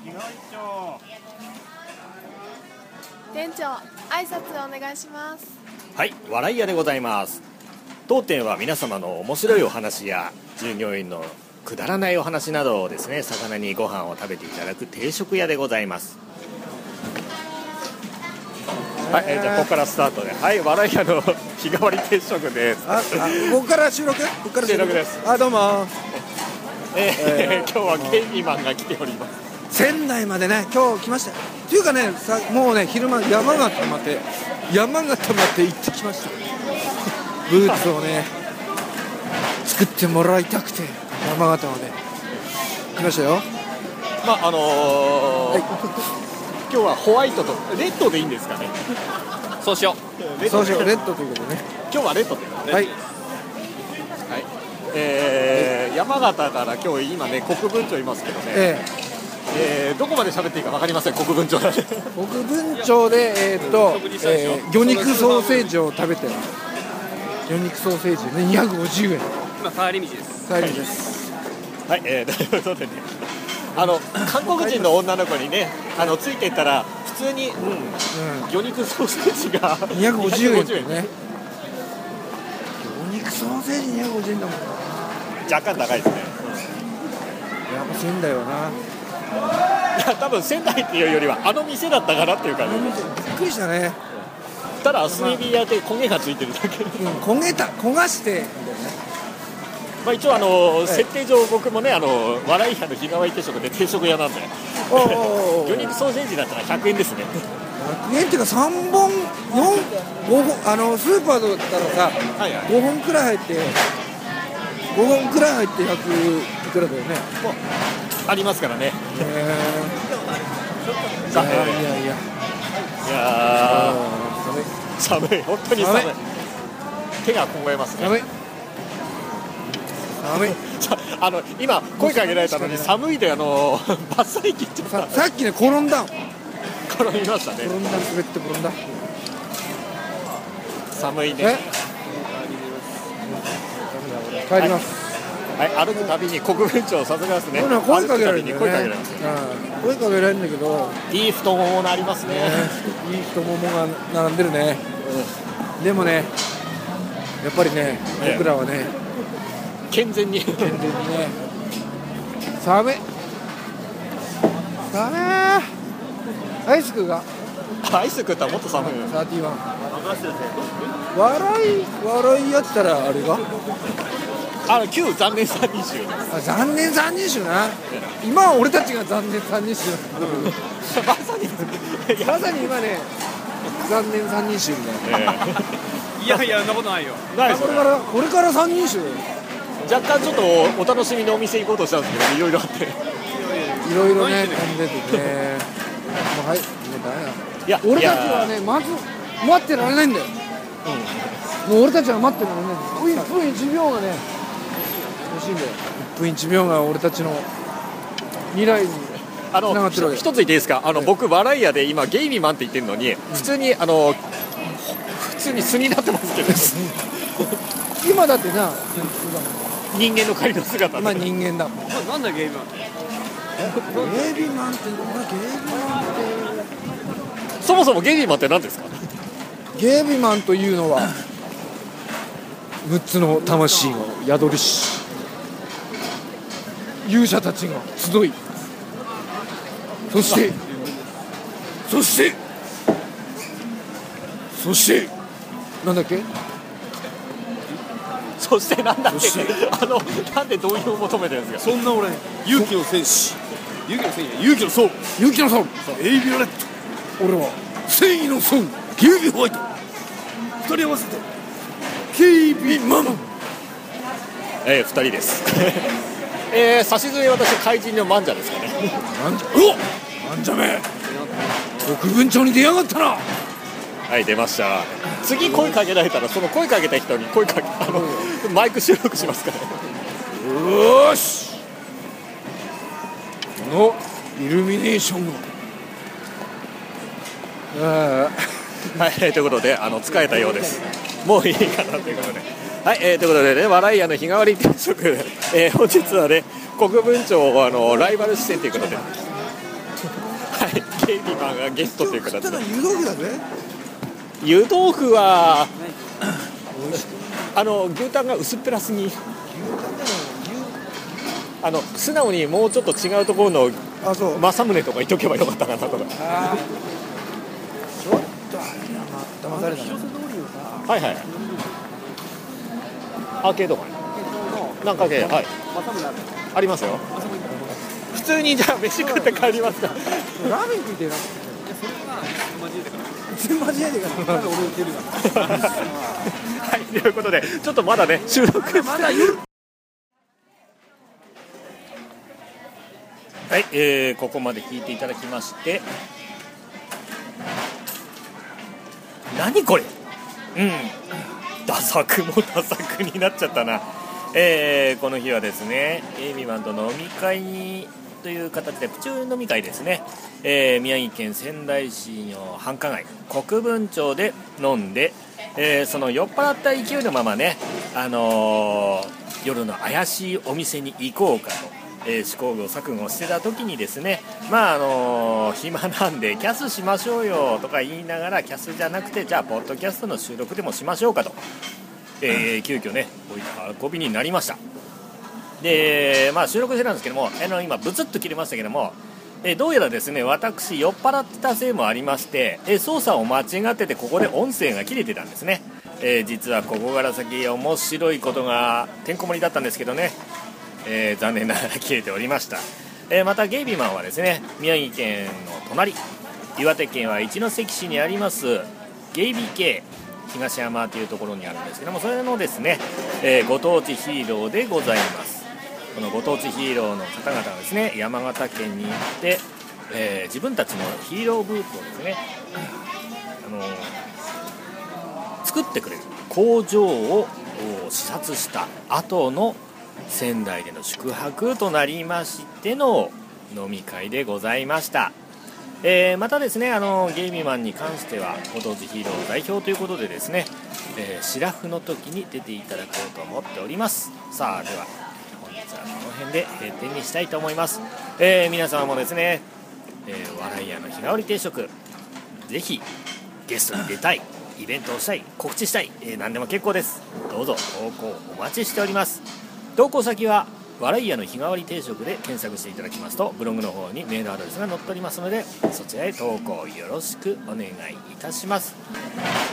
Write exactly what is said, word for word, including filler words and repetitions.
店長、挨拶お願いします。 はい、笑い屋でございます。当店は皆様の面白いお話や従業員のくだらないお話などをですね、魚にご飯を食べていただく定食屋でございます。はい、えー、じゃあここからスタートで、はい、笑い屋の日替わり定食です。 ああ、ここから収録？ここから収録です。 あ、どうも。 えーえー、今日はゲイミマンが来ております。 仙台までね、今日来ました。っていうかね、さもうね、昼間山形まで山形まで行ってきました。ブーツをね作ってもらいたくて山形まで来ましたよ。 まああのーはい、今日はホワイトとレッドでいいんですかね。そうしよう。 そうしよう、レッドということでね。 今日はレッドということで、ね、 はい、 はい、えー、山形から今日今ね国分町いますけどね、えーえー、どこまで喋っていいか分かりません。国分町で国分町で、えー、っと、えー、魚肉ソーセージを食べてる。魚肉ソーセージね、にひゃくごじゅうえん。 今帰り道です。 帰り道です。 はい、えー、ということでね、あの韓国人の女の子にね、あのついていったら普通に、うんうん、魚肉ソーセージがにひゃくごじゅうえんってね。魚肉ソーセージにひゃくごじゅうえんだもん。 若干高いですね。 やっぱ仙台はな。 いや、多分仙台っていうよりはあの店だったかなっていう感じ。 びっくりしたね。 ただ炭火屋で焦げがついてるだけ、うん、 焦げた、焦がしてみたいなね。 まあ、一応あの、はい、設定上僕もね、あの笑い屋の日替わり定食で定食屋なんで魚肉ソーセージだったらひゃくえんですね。 ひゃくえんっていうかさんぼん、よん、ごほん、あのスーパーだったらさ、はいはい、ごほんくらい入ってごほんくらい入ってひゃくいくらだよね。 ありますからね。 へー、いやいやいやいや、 いや寒い、寒い、本当に寒い。手が凍えますね。寒い寒いあの今声かけられたのに寒いであのバッサリ切っちゃった。 さ, さっきね転んだ転びましたね。 転んだ、滑って転んだ。 寒いね。 帰ります。 はい、歩くたびに国分町さすがですね。 声かけられるんだよね。 声かけられます。 声かけられるんだけど、 いい太ももがありますね。 いい太ももが並んでるね、うん、でもね、やっぱりね、僕らはね、 健全に健全にね、 寒い寒い。アイス食うがアイス食ったらもっと寒いよ。 サーティワン笑い笑いやったらあれがあの旧残念三人衆。 あ、残念三人衆な。今は俺たちが残念三人衆、うん、 まさにまさに今ね残念三人衆みたいな、 えー、いやいや、そんなことないよ。 ないこれからこれから三人衆。 若干ちょっとお楽しみのお店行こうとしたんですけど、いろいろあっていろいろね飛んでてねもうはい、もうダメだ。いや、俺たちはねまず待ってられないんだよ、うん、もう俺たちは待ってられないんだよ。いっぷんいちびょうがね欲しいんだよ。いっぷんいちびょうが俺たちの未来にあの一つ言っていいですか。あの、はい、僕笑い屋で今ゲイミマンって言ってるのに、うん、普通にあの普通に素になってますけど今だってな人間の仮の姿。 まあ人間だもん。 なんだゲイミマン。 ゲイミマンってゲイミマンってそもそもゲイミマンって何ですか。 ゲイミマンというのはむっつの魂が宿りし勇者たちが集い、そしてそしてそしてなんだっけそしてなんだっけあのなんで同意を求めてるんですか。 そんな俺勇気の戦士、勇気の戦士、勇気のソウル、 勇気のソウル、 エイビラレット、 俺は正義のソウル、ゲイビホワイト、 二人合わせてケイビマン。 えー、ふたりですえー、差し添え私怪人のマンジャですかね。 マンジャ、うわっマンジャめ国分町に出やがったな。 はい、出ました。次声かけられたらその声かけた人に声かけあのマイク収録しますから。 よーし、このイルミネーションをあはい、ということであの疲れたようです。もういいかなということで、はい、えー、ということでね、笑い屋の日替わり定食、えー、本日はね国分町あのライバル視線ということではい警備マンがゲストという形で湯豆腐だぜ。 湯豆腐はあの牛タンが薄っぺらすぎあの素直にもうちょっと違うところのあ、そう。 政宗とか言っとけばよかったかなとかあちょっとあれだな、騙されたね。 はいはいアーケード街なんか系はいありますよ普通にじゃあ飯食って帰りますかラーメン食いてえな。全交えてから。俺売ってるから。 はいということでちょっとまだね収録まだ夜。 はい、えー、ここまで聞いていただきまして何これうんダサくもダサくになっちゃったな、えー、この日はですねエイミマンと飲み会にという形でプチュー飲み会ですね、えー、宮城県仙台市の繁華街国分町で飲んで、えー、その酔っ払った勢いのままね、あのー、夜の怪しいお店に行こうかとえー、試行錯誤してた時にですねまああのー、暇なんでキャスしましょうよとか言いながらキャスじゃなくてじゃあポッドキャストの収録でもしましょうかと、えー、急遽ねこういった運びになりました。でまあ収録してたんですけどもあの今ブツッと切れましたけども、えー、どうやらですね私酔っ払ってたせいもありまして、えー、操作を間違っててここで音声が切れてたんですね、えー、実はここから先面白いことがてんこ盛りだったんですけどねえー、残念ながら消えておりました、えー、またゲイビーマンはですね宮城県の隣岩手県は一関市にありますゲイビーケー東山というところにあるんですけどもそれのですね、えー、ご当地ヒーローでございます。このご当地ヒーローの方々はですね山形県に行って、えー、自分たちのヒーローブーツをですね、あのー、作ってくれる工場を視察した後の仙台での宿泊となりましての飲み会でございました、えー、またですねあのゲイミマンに関してはご当地ヒーロー代表ということでですね、えー、シラフの時に出ていただこうと思っております。さあでは本日はこの辺で閉店にしたいと思います、えー、皆様もですね、えー、笑い屋の日替わり定食ぜひゲストに出たいイベントをしたい告知したい、えー、何でも結構です。どうぞ投稿お待ちしております。投稿先は笑い屋の日替わり定食で検索していただきますとブログの方にメールアドレスが載っておりますのでそちらへ投稿よろしくお願いいたします。